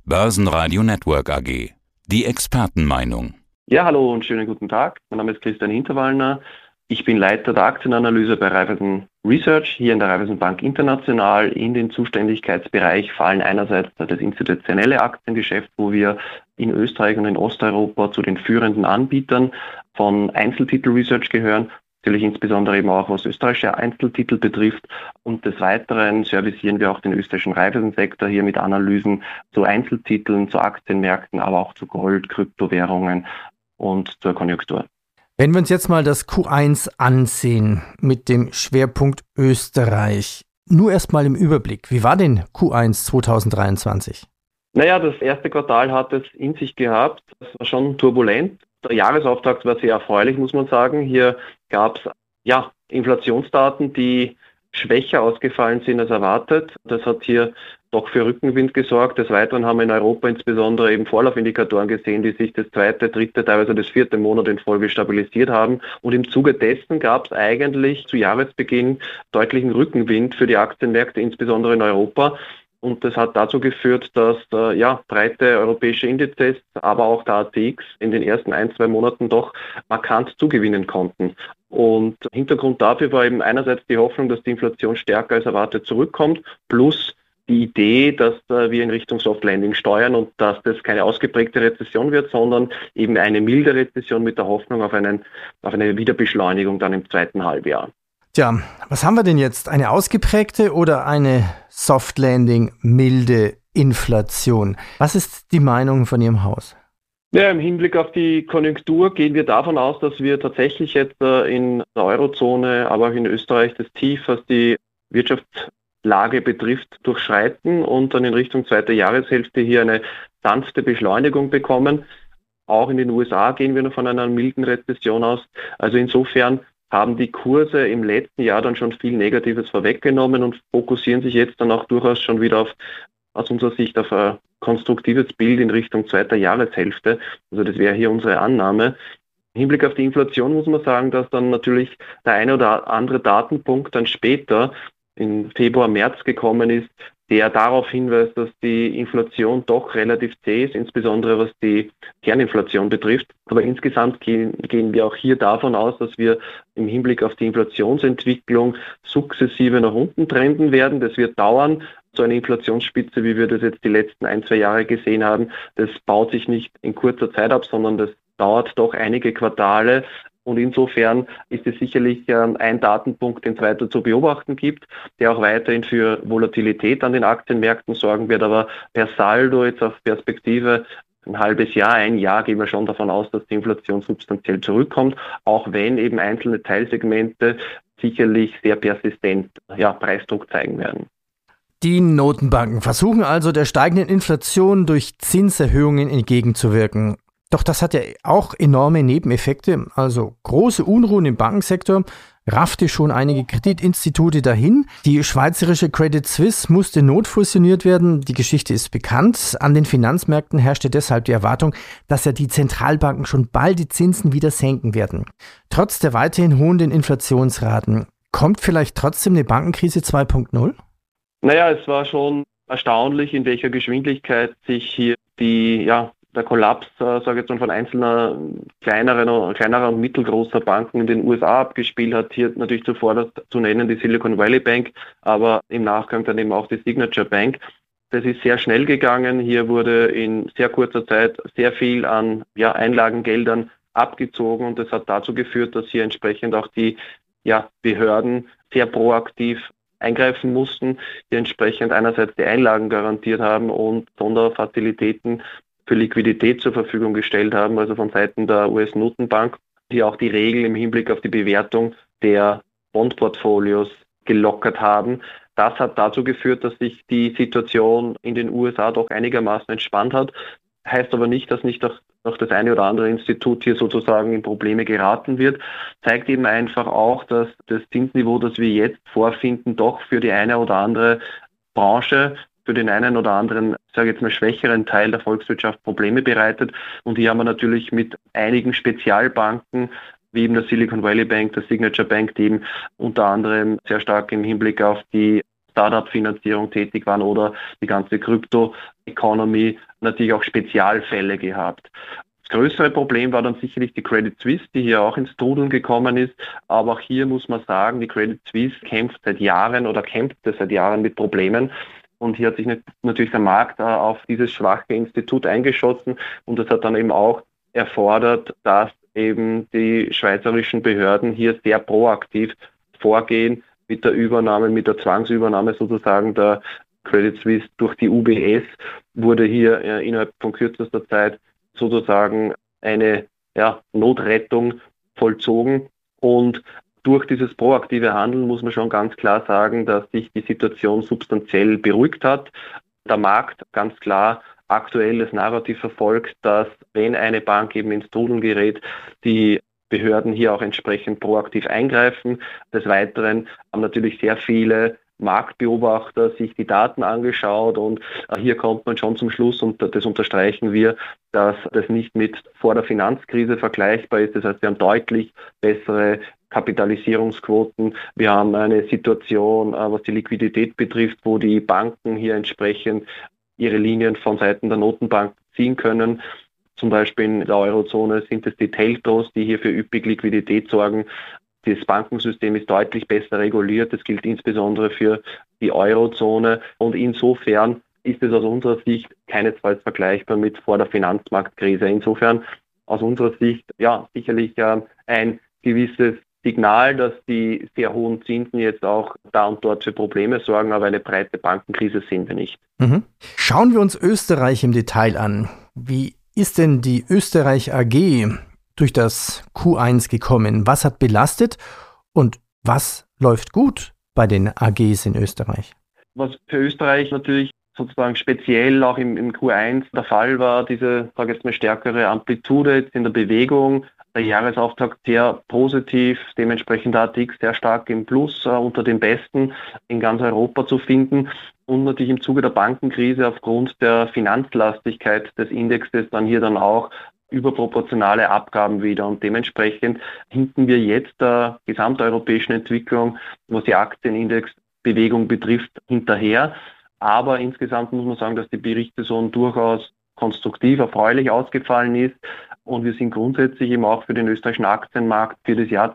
Börsenradio Network AG. Die Expertenmeinung. Ja, hallo und schönen guten Tag. Mein Name ist Christian Hinterwallner. Ich bin Leiter der Aktienanalyse bei Raiffeisen Research hier in der Raiffeisen Bank International. In den Zuständigkeitsbereich fallen einerseits das institutionelle Aktiengeschäft, wo wir in Österreich und in Osteuropa zu den führenden Anbietern von Einzeltitel-Research gehören. Natürlich insbesondere eben auch was österreichische Einzeltitel betrifft. Und des Weiteren servicieren wir auch den österreichischen Raiffeisen-Sektor hier mit Analysen zu Einzeltiteln, zu Aktienmärkten, aber auch zu Gold, Kryptowährungen und zur Konjunktur. Wenn wir uns jetzt mal das Q1 ansehen mit dem Schwerpunkt Österreich, nur erstmal im Überblick, wie war denn Q1 2023? Naja, das erste Quartal hat es in sich gehabt. Das war schon turbulent. Der Jahresauftakt war sehr erfreulich, muss man sagen. Hier gab es Inflationsdaten, die schwächer ausgefallen sind als erwartet. Das hat hier doch für Rückenwind gesorgt. Des Weiteren haben wir in Europa insbesondere eben Vorlaufindikatoren gesehen, die sich das zweite, dritte, teilweise das vierte Monat in Folge stabilisiert haben. Und im Zuge dessen gab es eigentlich zu Jahresbeginn deutlichen Rückenwind für die Aktienmärkte, insbesondere in Europa. Und das hat dazu geführt, dass breite europäische Indizes, aber auch der ATX in den ersten 1-2 Monaten doch markant zugewinnen konnten. Und Hintergrund dafür war eben einerseits die Hoffnung, dass die Inflation stärker als erwartet zurückkommt, plus die Idee, dass wir in Richtung Soft Landing steuern und dass das keine ausgeprägte Rezession wird, sondern eben eine milde Rezession mit der Hoffnung auf eine Wiederbeschleunigung dann im zweiten Halbjahr. Tja, was haben wir denn jetzt? Eine ausgeprägte oder eine Soft Landing, milde Inflation? Was ist die Meinung von Ihrem Haus? Ja, im Hinblick auf die Konjunktur gehen wir davon aus, dass wir tatsächlich jetzt in der Eurozone, aber auch in Österreich das Tief, was die Wirtschaftslage betrifft, durchschreiten und dann in Richtung zweite Jahreshälfte hier eine sanfte Beschleunigung bekommen. Auch in den USA gehen wir noch von einer milden Rezession aus. Also insofern haben die Kurse im letzten Jahr dann schon viel Negatives vorweggenommen und fokussieren sich jetzt dann auch durchaus schon wieder aus unserer Sicht auf ein konstruktives Bild in Richtung zweiter Jahreshälfte. Also das wäre hier unsere Annahme. Im Hinblick auf die Inflation muss man sagen, dass dann natürlich der eine oder andere Datenpunkt dann später im Februar, März gekommen ist, der darauf hinweist, dass die Inflation doch relativ zäh ist, insbesondere was die Kerninflation betrifft. Aber insgesamt gehen wir auch hier davon aus, dass wir im Hinblick auf die Inflationsentwicklung sukzessive nach unten trenden werden. Das wird dauern. So eine Inflationsspitze, wie wir das jetzt die letzten 1-2 Jahre gesehen haben, das baut sich nicht in kurzer Zeit ab, sondern das dauert doch einige Quartale. Und insofern ist es sicherlich ein Datenpunkt, den es weiter zu beobachten gibt, der auch weiterhin für Volatilität an den Aktienmärkten sorgen wird. Aber per Saldo jetzt auf Perspektive ein halbes Jahr, ein Jahr gehen wir schon davon aus, dass die Inflation substanziell zurückkommt, auch wenn eben einzelne Teilsegmente sicherlich sehr persistent Preisdruck zeigen werden. Die Notenbanken versuchen also der steigenden Inflation durch Zinserhöhungen entgegenzuwirken. Doch das hat ja auch enorme Nebeneffekte, also große Unruhen im Bankensektor raffte schon einige Kreditinstitute dahin. Die schweizerische Credit Suisse musste notfusioniert werden, die Geschichte ist bekannt. An den Finanzmärkten herrschte deshalb die Erwartung, dass ja die Zentralbanken schon bald die Zinsen wieder senken werden. Trotz der weiterhin hohen Inflationsraten, kommt vielleicht trotzdem eine Bankenkrise 2.0? Naja, es war schon erstaunlich, in welcher Geschwindigkeit sich hier der Kollaps, von einzelner kleinerer und mittelgroßer Banken in den USA abgespielt hat. Hier natürlich zuvor zu nennen die Silicon Valley Bank, aber im Nachgang dann eben auch die Signature Bank. Das ist sehr schnell gegangen. Hier wurde in sehr kurzer Zeit sehr viel an Einlagengeldern abgezogen und das hat dazu geführt, dass hier entsprechend auch die Behörden sehr proaktiv eingreifen mussten, die entsprechend einerseits die Einlagen garantiert haben und Sonderfazilitäten für Liquidität zur Verfügung gestellt haben, also von Seiten der US-Notenbank, die auch die Regeln im Hinblick auf die Bewertung der Bondportfolios gelockert haben. Das hat dazu geführt, dass sich die Situation in den USA doch einigermaßen entspannt hat. Heißt aber nicht, dass nicht noch das eine oder andere Institut hier sozusagen in Probleme geraten wird. Zeigt eben einfach auch, dass das Zinsniveau, das wir jetzt vorfinden, doch für die eine oder andere Branche, für den einen oder anderen, schwächeren Teil der Volkswirtschaft Probleme bereitet. Und hier haben wir natürlich mit einigen Spezialbanken, wie eben der Silicon Valley Bank, der Signature Bank, die eben unter anderem sehr stark im Hinblick auf die Startup-Finanzierung tätig waren oder die ganze Krypto-Economy natürlich auch Spezialfälle gehabt. Das größere Problem war dann sicherlich die Credit Suisse, die hier auch ins Trudeln gekommen ist. Aber auch hier muss man sagen, die Credit Suisse kämpfte seit Jahren mit Problemen. Und hier hat sich natürlich der Markt auf dieses schwache Institut eingeschossen. Und das hat dann eben auch erfordert, dass eben die schweizerischen Behörden hier sehr proaktiv vorgehen mit der Übernahme, mit der Zwangsübernahme sozusagen der Credit Suisse durch die UBS, wurde hier innerhalb von kürzester Zeit sozusagen eine Notrettung vollzogen. Und durch dieses proaktive Handeln muss man schon ganz klar sagen, dass sich die Situation substanziell beruhigt hat. Der Markt ganz klar aktuell das Narrativ verfolgt, dass wenn eine Bank eben ins Trudeln gerät, die Behörden hier auch entsprechend proaktiv eingreifen. Des Weiteren haben natürlich sehr viele Marktbeobachter sich die Daten angeschaut und hier kommt man schon zum Schluss, und das unterstreichen wir, dass das nicht mit vor der Finanzkrise vergleichbar ist. Das heißt, wir haben deutlich bessere Kapitalisierungsquoten. Wir haben eine Situation, was die Liquidität betrifft, wo die Banken hier entsprechend ihre Linien von Seiten der Notenbank ziehen können. Zum Beispiel in der Eurozone sind es die Telcos, die hier für üppig Liquidität sorgen. Das Bankensystem ist deutlich besser reguliert. Das gilt insbesondere für die Eurozone. Und insofern ist es aus unserer Sicht keinesfalls vergleichbar mit vor der Finanzmarktkrise. Insofern aus unserer Sicht sicherlich ein gewisses Signal, dass die sehr hohen Zinsen jetzt auch da und dort für Probleme sorgen, aber eine breite Bankenkrise sehen wir nicht. Schauen wir uns Österreich im Detail an. Wie ist denn die Österreich AG durch das Q1 gekommen? Was hat belastet und was läuft gut bei den AGs in Österreich? Was für Österreich natürlich sozusagen speziell auch im Q1 der Fall war, diese, sage ich jetzt mal, stärkere Amplitude jetzt in der Bewegung. Der Jahresauftakt sehr positiv, dementsprechend der ATX sehr stark im Plus, unter den Besten in ganz Europa zu finden. Und natürlich im Zuge der Bankenkrise aufgrund der Finanzlastigkeit des Indexes dann auch überproportionale Abgaben wieder. Und dementsprechend hinken wir jetzt der gesamteuropäischen Entwicklung, was die Aktienindexbewegung betrifft, hinterher. Aber insgesamt muss man sagen, dass die Berichtssaison durchaus konstruktiv, erfreulich ausgefallen ist. Und wir sind grundsätzlich eben auch für den österreichischen Aktienmarkt für das Jahr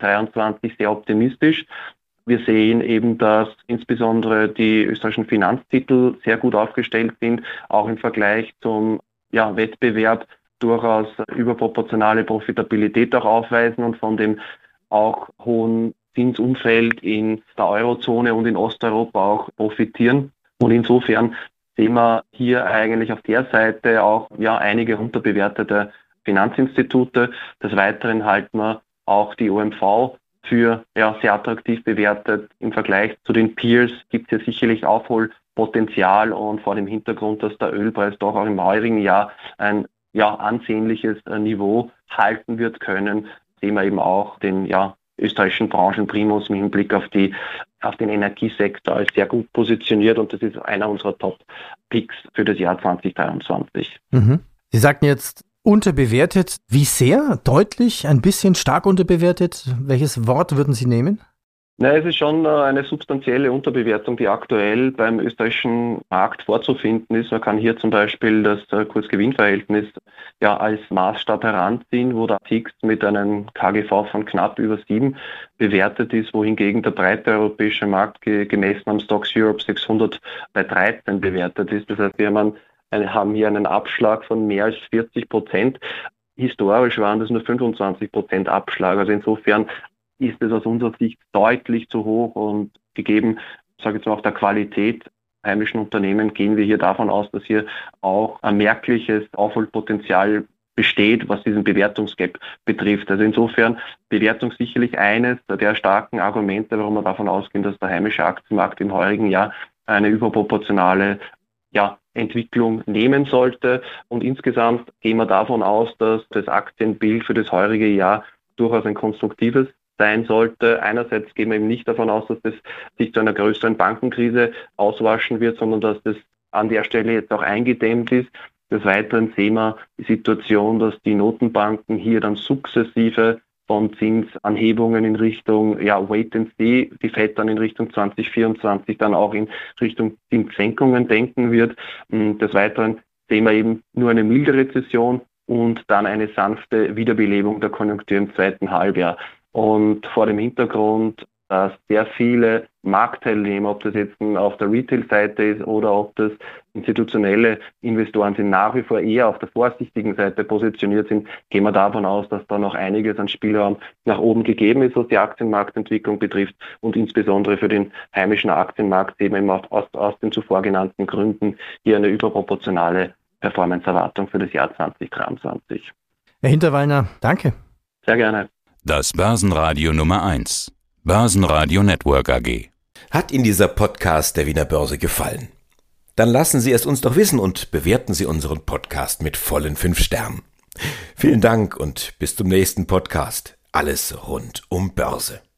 2023 sehr optimistisch. Wir sehen eben, dass insbesondere die österreichischen Finanztitel sehr gut aufgestellt sind, auch im Vergleich zum Wettbewerb durchaus überproportionale Profitabilität auch aufweisen und von dem auch hohen Zinsumfeld in der Eurozone und in Osteuropa auch profitieren. Und insofern sehen wir hier eigentlich auf der Seite auch einige unterbewertete Finanzinstitute. Des Weiteren halten wir auch die OMV für sehr attraktiv bewertet. Im Vergleich zu den Peers gibt es hier sicherlich Aufholpotenzial, und vor dem Hintergrund, dass der Ölpreis doch auch im heurigen Jahr ein ansehnliches Niveau halten wird können, sehen wir eben auch den österreichischen Branchenprimus im Hinblick auf den Energiesektor als sehr gut positioniert, und das ist einer unserer Top-Picks für das Jahr 2023. Sie sagten jetzt unterbewertet. Wie sehr? Deutlich? Ein bisschen? Stark unterbewertet? Welches Wort würden Sie nehmen? Es ist schon eine substanzielle Unterbewertung, die aktuell beim österreichischen Markt vorzufinden ist. Man kann hier zum Beispiel das Kurs-Gewinn-Verhältnis als Maßstab heranziehen, wo der ATX mit einem KGV von knapp über 7 bewertet ist, wohingegen der breite europäische Markt gemessen am Stocks Europe 600 bei 13 bewertet ist. Das heißt, wir haben hier einen Abschlag von mehr als 40%. Historisch waren das nur 25% Abschlag. Also insofern ist es aus unserer Sicht deutlich zu hoch, und gegeben, sage ich jetzt mal, auch der Qualität heimischen Unternehmen gehen wir hier davon aus, dass hier auch ein merkliches Aufholpotenzial besteht, was diesen Bewertungsgap betrifft. Also insofern Bewertung sicherlich eines der starken Argumente, warum wir davon ausgehen, dass der heimische Aktienmarkt im heurigen Jahr eine überproportionale Entwicklung nehmen sollte. Und insgesamt gehen wir davon aus, dass das Aktienbild für das heurige Jahr durchaus ein konstruktives sein sollte. Einerseits gehen wir eben nicht davon aus, dass das sich zu einer größeren Bankenkrise auswaschen wird, sondern dass das an der Stelle jetzt auch eingedämmt ist. Des Weiteren sehen wir die Situation, dass die Notenbanken hier dann sukzessive von Zinsanhebungen in Richtung Wait and See, die FED dann in Richtung 2024 dann auch in Richtung Zinssenkungen denken wird. Des Weiteren sehen wir eben nur eine milde Rezession und dann eine sanfte Wiederbelebung der Konjunktur im zweiten Halbjahr. Und vor dem Hintergrund, dass sehr viele Marktteilnehmer, ob das jetzt auf der Retail-Seite ist oder ob das institutionelle Investoren sind, nach wie vor eher auf der vorsichtigen Seite positioniert sind, gehen wir davon aus, dass da noch einiges an Spielraum nach oben gegeben ist, was die Aktienmarktentwicklung betrifft und insbesondere für den heimischen Aktienmarkt eben aus den zuvor genannten Gründen hier eine überproportionale Performance-Erwartung für das Jahr 2023. Herr Hinterwallner, danke. Sehr gerne. Das Börsenradio Nummer 1. Börsenradio Network AG. Hat Ihnen dieser Podcast der Wiener Börse gefallen? Dann lassen Sie es uns doch wissen und bewerten Sie unseren Podcast mit vollen 5 Sternen. Vielen Dank und bis zum nächsten Podcast. Alles rund um Börse.